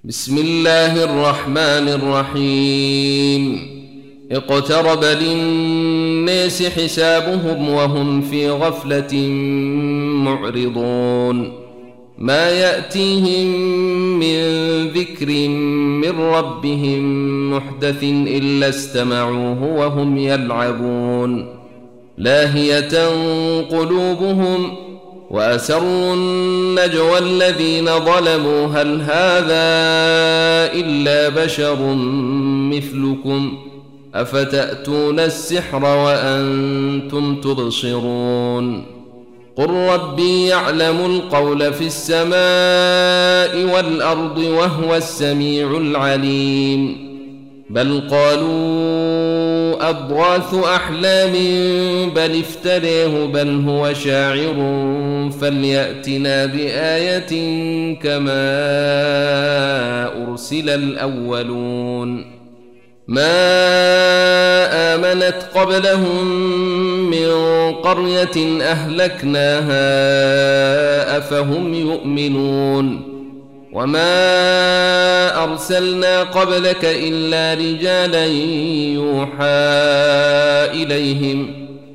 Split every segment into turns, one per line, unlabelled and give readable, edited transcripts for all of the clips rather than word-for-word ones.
بسم الله الرحمن الرحيم. اقترب للناس حسابهم وهم في غفلة معرضون. ما يأتيهم من ذكر من ربهم محدث إلا استمعوه وهم يلعبون لاهية قلوبهم وأسروا النجوى الذين ظلموا هل هذا إلا بشر مثلكم أفتأتون السحر وأنتم تبصرون. قل ربي يعلم القول في السماء والأرض وهو السميع العليم. بل قالوا أضغاث أحلام بل افتريه بل هو شاعر فليأتنا بآية كما أرسل الأولون. ما آمنت قبلهم من قرية أهلكناها أفهم يؤمنون. وما أرسلنا قبلك إلا رجالا يوحى إليهم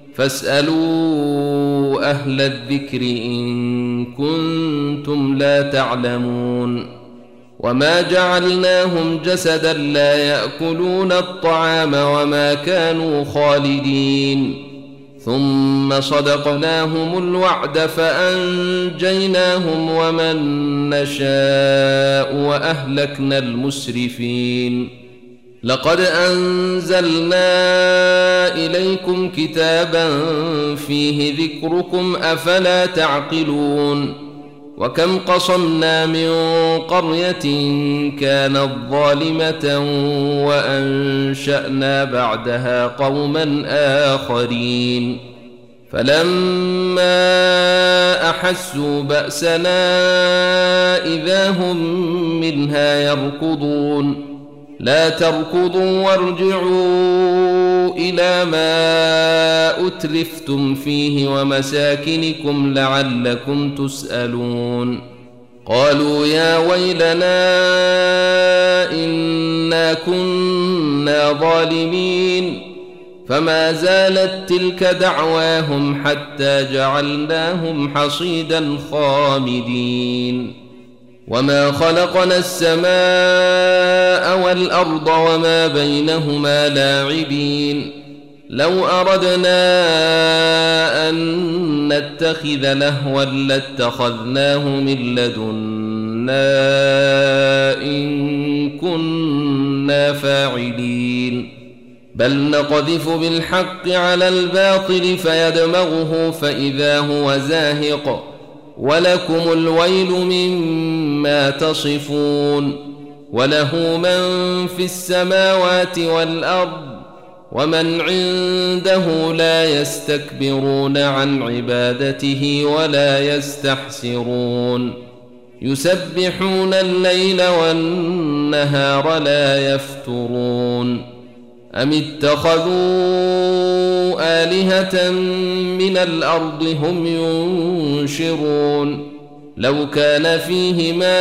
فاسألوا أهل الذكر إن كنتم لا تعلمون. وما جعلناهم جسدا لا يأكلون الطعام وما كانوا خالدين ثم صدقناهم الوعد فأنجيناهم ومن نشاء وأهلكنا المسرفين. لقد أنزلنا إليكم كتابا فيه ذكركم أفلا تعقلون. وكم قصمنا من قرية كانت ظالمة وأنشأنا بعدها قوما آخرين فلما أحسوا بأسنا إذا هم منها يركضون. لا تركضوا وارجعوا إلى ما أترفتم فيه ومساكنكم لعلكم تسألون. قالوا يا ويلنا إنا كنا ظالمين فما زالت تلك دعواهم حتى جعلناهم حصيدا خامدين. وما خلقنا السماء والأرض وما بينهما لاعبين. لو أردنا أن نتخذ لهوا لاتخذناه من لدنا إن كنا فاعلين. بل نقذف بالحق على الباطل فيدمغه فإذا هو زاهق ولكم الويل مما تصفون. وله من في السماوات والأرض ومن عنده لا يستكبرون عن عبادته ولا يستحسرون. يسبحون الليل والنهار لا يفترون. أم اتخذوا آلهة من الأرض هم ينشرون. لو كان فيهما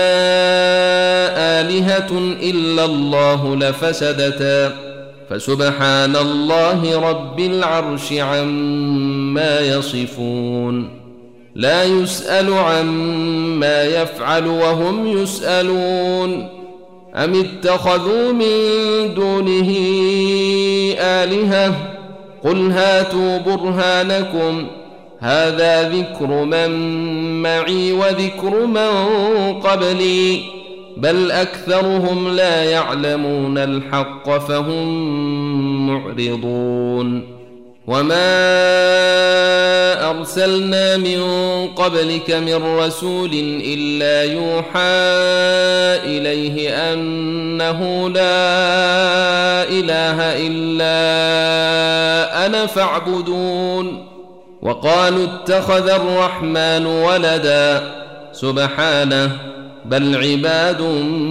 آلهة إلا الله لفسدتا فسبحان الله رب العرش عما يصفون. لا يسأل عما يفعل وهم يسألون. أم اتخذوا من دونه آلهة قل هاتوا برهانكم هذا ذكر من معي وذكر من قبلي بل أكثرهم لا يعلمون الحق فهم معرضون. وما أرسلنا من قبلك من رسول إلا يوحى إليه أنه لا إله إلا أنا فاعبدون. وقالوا اتخذ الرحمن ولدا سبحانه بل عباد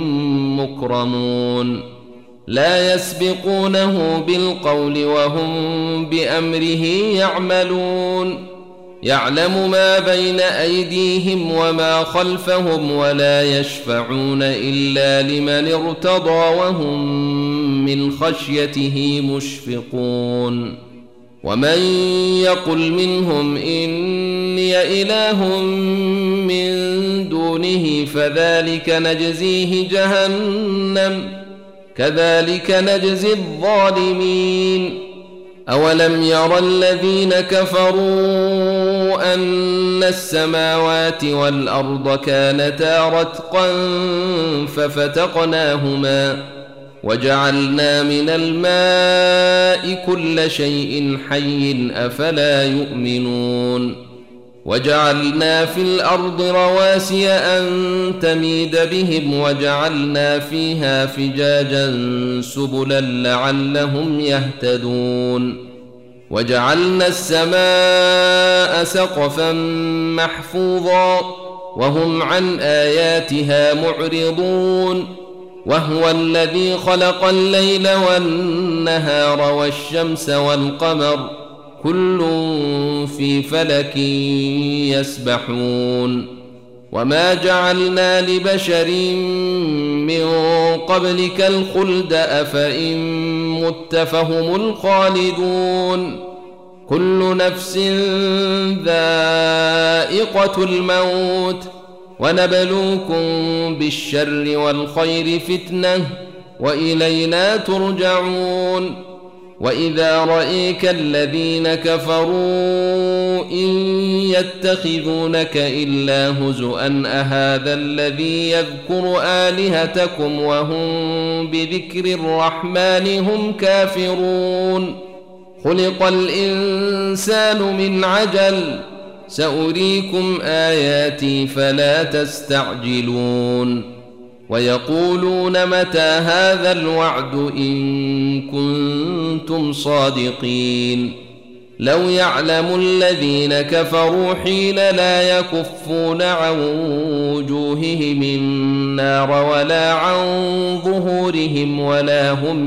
مكرمون لا يسبقونه بالقول وهم بأمره يعملون. يعلم ما بين أيديهم وما خلفهم ولا يشفعون إلا لمن ارتضى وهم من خشيته مشفقون ومن يقل منهم إني إله من دونه فذلك نجزيه جهنم كذلك نجزي الظالمين أولم يرى الذين كفروا أن السماوات والأرض كانتا رتقا ففتقناهما وجعلنا من الماء كل شيء حي أفلا يؤمنون وجعلنا في الأرض رواسي أن تميد بهم وجعلنا فيها فجاجا سبلا لعلهم يهتدون وجعلنا السماء سقفا محفوظا وهم عن آياتها معرضون وهو الذي خلق الليل والنهار والشمس والقمر كل في فلك يسبحون وما جعلنا لبشر من قبلك الخلد أفإن مت فهم الخالدون كل نفس ذائقة الموت ونبلوكم بالشر والخير فتنة وإلينا ترجعون وإذا رأيك الذين كفروا إن يتخذونك إلا هزؤا أهذا الذي يذكر آلهتكم وهم بذكر الرحمن هم كافرون خلق الإنسان من عجل سأريكم آياتي فلا تستعجلون ويقولون متى هذا الوعد إن كنتم صادقين لو يعلم الذين كفروا حين لا يكفون عن وجوههم النار ولا عن ظهورهم ولا هم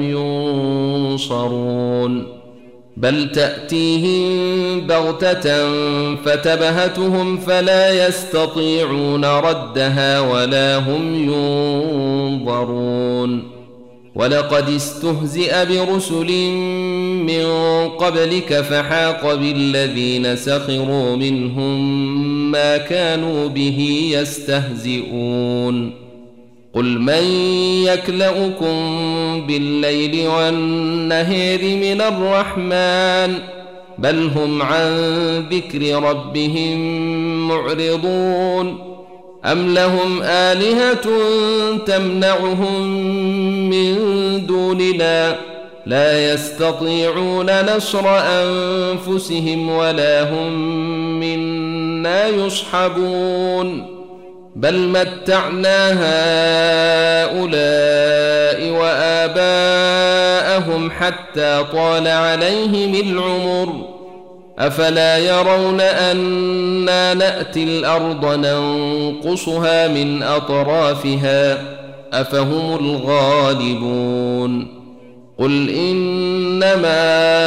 ينصرون بل تأتيهم بغتة فتبهتهم فلا يستطيعون ردها ولا هم ينظرون ولقد استهزئ برسل من قبلك فحاق بالذين سخروا منهم ما كانوا به يستهزئون قل من يكلؤكم بالليل والنهار من الرحمن بل هم عن ذكر ربهم معرضون أم لهم آلهة تمنعهم من دوننا لا يستطيعون نصر أنفسهم ولا هم منا يصحبون بل متعنا هؤلاء وآباءهم حتى طال عليهم العمر أفلا يرون أنا نأتي الأرض ننقصها من أطرافها أفهم الغالبون قل إنما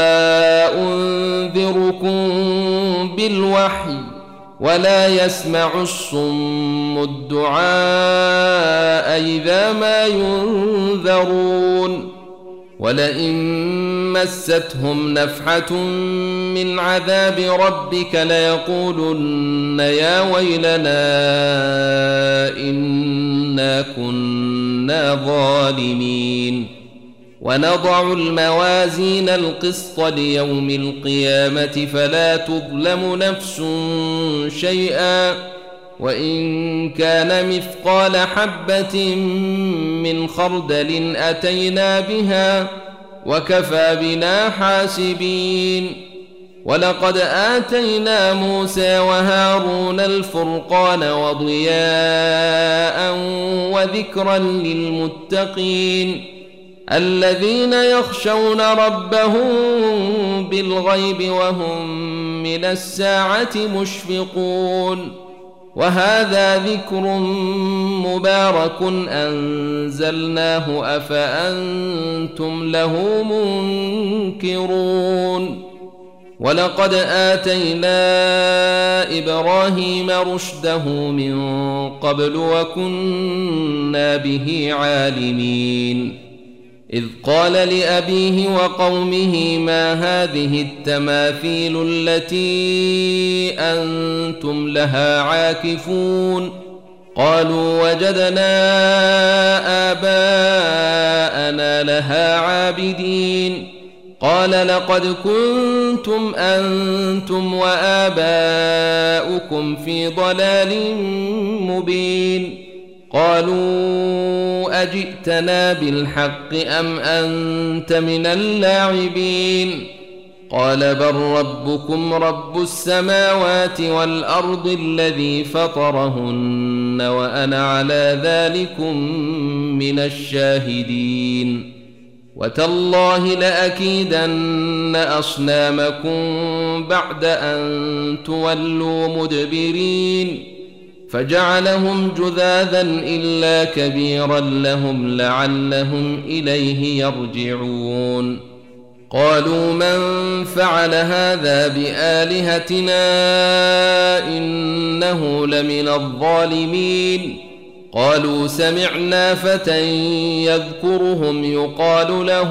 أنذركم بالوحي ولا يسمع الصم الدعاء إذا ما ينذرون ولئن مستهم نفحة من عذاب ربك ليقولن يا ويلنا إنا كنا ظالمين ونضع الموازين القسط ليوم القيامة فلا تظلم نفس شيئا وإن كان مثقال حبة من خردل أتينا بها وكفى بنا حاسبين ولقد آتينا موسى وهارون الفرقان وضياء وذكرا للمتقين الذين يخشون ربهم بالغيب وهم من الساعة مشفقون وهذا ذكر مبارك أنزلناه أفأنتم له منكرون ولقد آتينا إبراهيم رشده من قبل وكنا به عالمين إذ قال لأبيه وقومه ما هذه التماثيل التي أنتم لها عاكفون قالوا وجدنا آباءنا لها عابدين قال لقد كنتم أنتم وآباؤكم في ضلال مبين قالوا أجئتنا بالحق أم أنت من اللاعبين قال بل ربكم رب السماوات والأرض الذي فطرهن وأنا على ذلكم من الشاهدين وتالله لأكيدن أصنامكم بعد أن تولوا مدبرين فجعلهم جذاذا إلا كبيرا لهم لعلهم إليه يرجعون قالوا من فعل هذا بآلهتنا إنه لمن الظالمين قالوا سمعنا فتى يذكرهم يقال له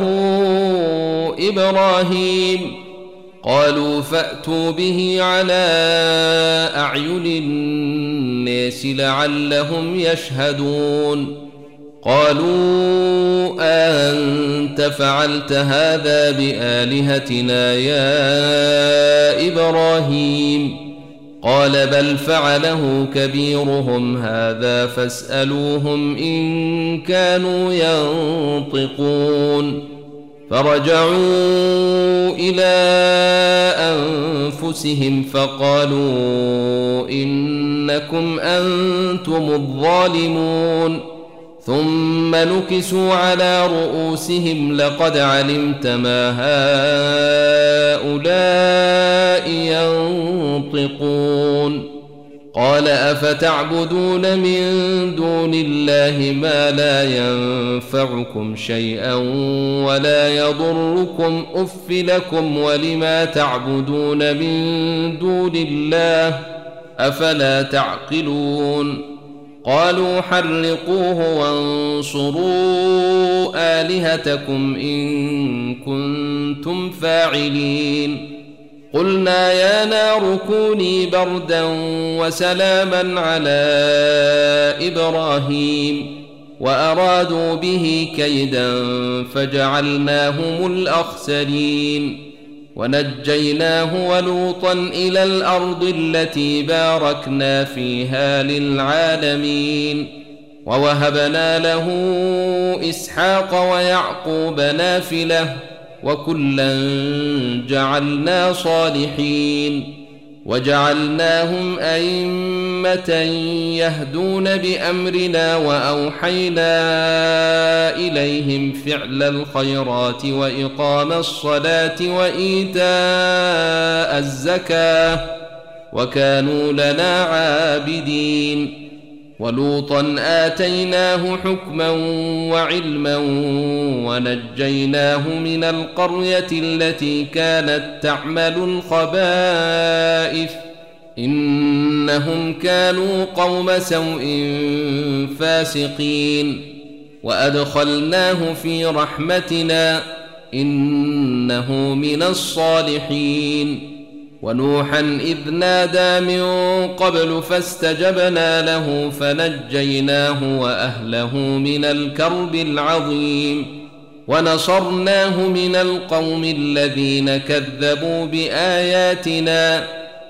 إبراهيم قالوا فأتوا به على أعين الناس لعلهم يشهدون قالوا أنت فعلت هذا بآلهتنا يا إبراهيم قال بل فعله كبيرهم هذا فاسألوهم إن كانوا ينطقون فرجعوا إلى أنفسهم فقالوا إنكم أنتم الظالمون ثم نكسوا على رؤوسهم لقد علمت ما هؤلاء ينطقون قال أفتعبدون من دون الله ما لا ينفعكم شيئا ولا يضركم أف لكم ولما تعبدون من دون الله أفلا تعقلون قالوا حرقوه وانصروا آلهتكم إن كنتم فاعلين قلنا يا نار كوني بردا وسلاما على إبراهيم وأرادوا به كيدا فجعلناهم الأخسرين ونجيناه ولوطا إلى الأرض التي باركنا فيها للعالمين ووهبنا له إسحاق ويعقوب نافلة وكلا جعلنا صالحين وجعلناهم أئمة يهدون بأمرنا وأوحينا إليهم فعل الخيرات وإقام الصلاة وإيتاء الزكاة وكانوا لنا عابدين ولوطا آتيناه حكما وعلما ونجيناه من القرية التي كانت تعمل الخبائث إنهم كانوا قوم سوء فاسقين وأدخلناه في رحمتنا إنه من الصالحين ونوحا إذ نادى من قبل فاستجبنا له فنجيناه وأهله من الكرب العظيم ونصرناه من القوم الذين كذبوا بآياتنا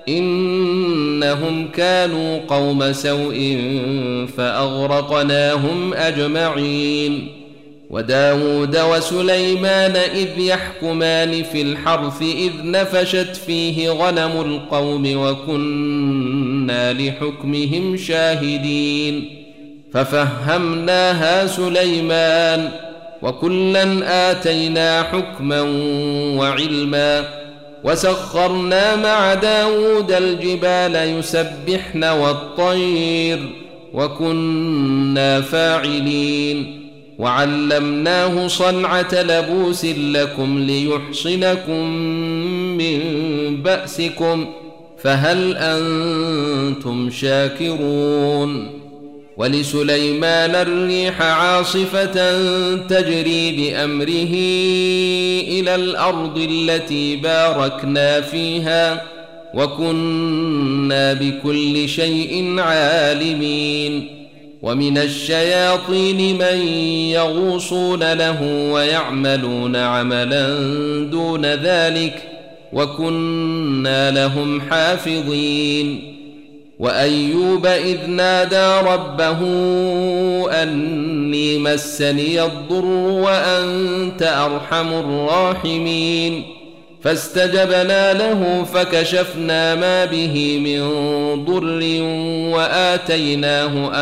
إنهم كانوا قوم سوء فأغرقناهم أجمعين وداود وسليمان إذ يحكمان في الحرث إذ نفشت فيه غنم القوم وكنا لحكمهم شاهدين ففهمناها سليمان وكلا آتينا حكما وعلما وسخرنا مع داود الجبال يسبحن والطير وكنا فاعلين وعلمناه صنعة لبوس لكم ليحصنكم من بأسكم فهل أنتم شاكرون ولسليمان الريح عاصفة تجري بأمره إلى الأرض التي باركنا فيها وكنا بكل شيء عالمين ومن الشياطين من يغوصون له ويعملون عملا دون ذلك وكنا لهم حافظين وأيوب إذ نادى ربه أني مسني الضر وأنت أرحم الراحمين فاستجبنا له فكشفنا ما به من ضر وآتيناه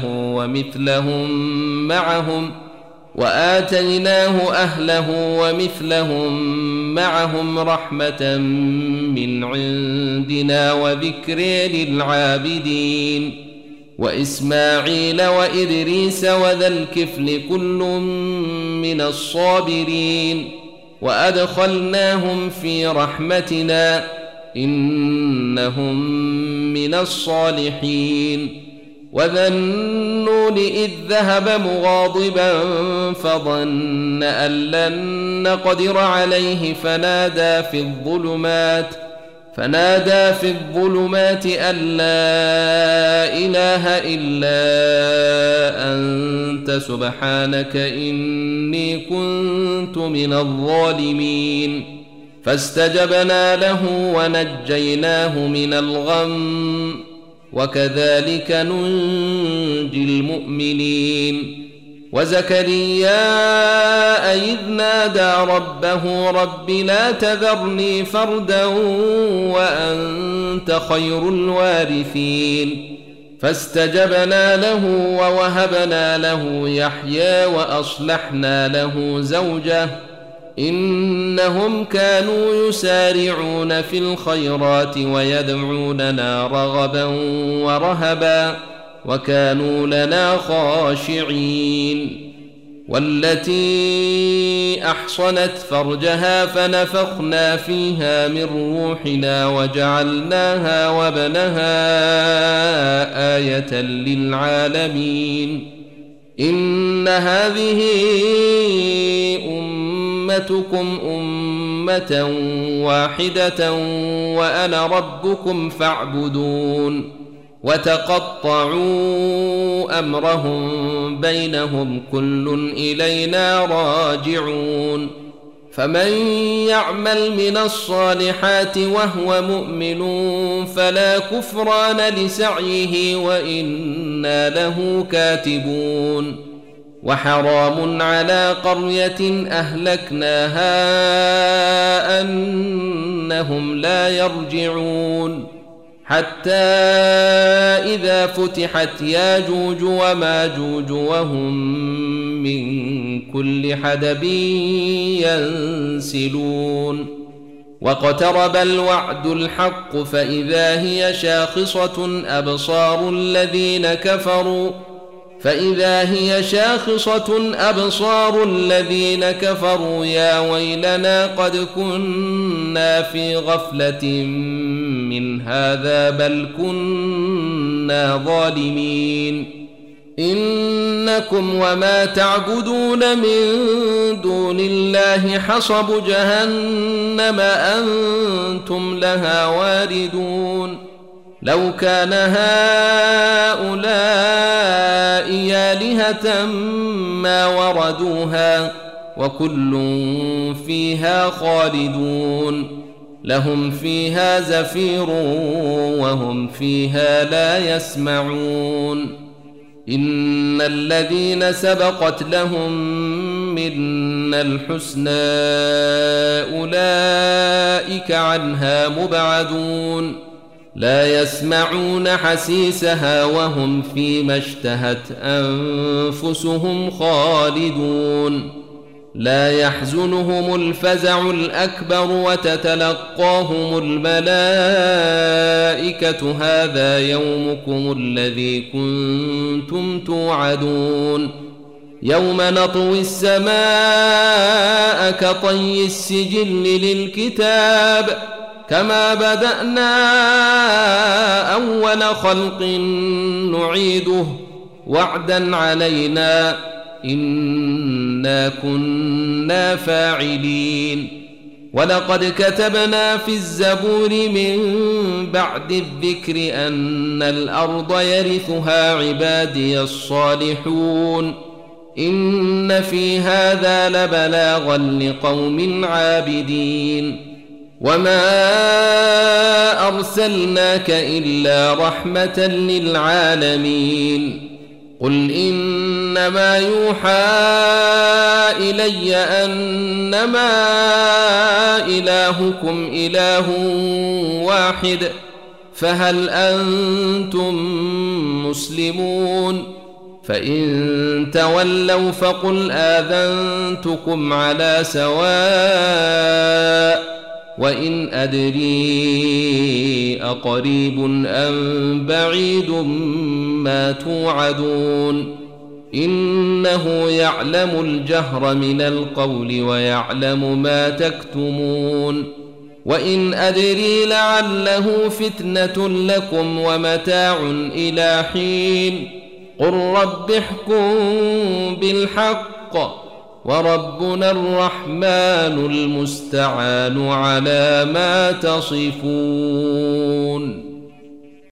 أهله ومثلهم معهم رحمة من عندنا وذكر للعابدين وإسماعيل وإدريس وذا الكفل كل من الصابرين وأدخلناهم في رحمتنا إنهم من الصالحين وذا النون إذ ذهب مغاضبا فظن أن لن نقدر عليه فنادى في الظلمات أن لا إله إلا أنت سبحانك إني كنت من الظالمين فاستجبنا له ونجيناه من الغم وكذلك ننجي المؤمنين وزكريا إذ نادى ربه رب لا تذرني فردا وأنت خير الوارثين فاستجبنا له ووهبنا له يحيى وأصلحنا له زوجه إنهم كانوا يسارعون في الخيرات ويدعوننا رغبا ورهبا وكانوا لنا خاشعين والتي أحصنت فرجها فنفخنا فيها من روحنا وجعلناها وابنها آية للعالمين إن هذه أمتكم أمة واحدة وأنا ربكم فاعبدون وتقطعوا أمرهم بينهم كل إلينا راجعون فمن يعمل من الصالحات وهو مؤمن فلا كفران لسعيه وإنا له كاتبون وحرام على قرية أهلكناها أنهم لا يرجعون حتى إذا فتحت ياجوج وماجوج وهم من كل حدب ينسلون واقترب الوعد الحق فإذا هي شاخصة أبصار الذين كفروا يا ويلنا قد كنا في غفلة من هذا بل كنا ظالمين إنكم وما تعبدون من دون الله حصب جهنم أنتم لها واردون لو كان هؤلاء آلهة ما وردوها وكل فيها خالدون لهم فيها زفير وهم فيها لا يسمعون إن الذين سبقت لهم منا الحسنى أولئك عنها مبعدون لا يسمعون حسيسها وهم فيما اشتهت أنفسهم خالدون لا يحزنهم الفزع الأكبر وتتلقاهم الملائكة هذا يومكم الذي كنتم توعدون يوم نطوي السماء كطي السجل للكتاب كما بدأنا أول خلق نعيده وعدا علينا إنا كنا فاعلين ولقد كتبنا في الزبور من بعد الذكر أن الأرض يرثها عبادي الصالحون إن في هذا لبلاغا لقوم عابدين وما أرسلناك إلا رحمة للعالمين قل إنما يوحى إلي أنما إلهكم إله واحد فهل أنتم مسلمون فإن تولوا فقل آذنتكم على سواء وإن أدري أقريب أم بعيد ما توعدون إنه يعلم الجهر من القول ويعلم ما تكتمون وإن أدري لعله فتنة لكم ومتاع إلى حين قل رب احكم بالحق وربنا الرحمن المستعان على ما تصفون.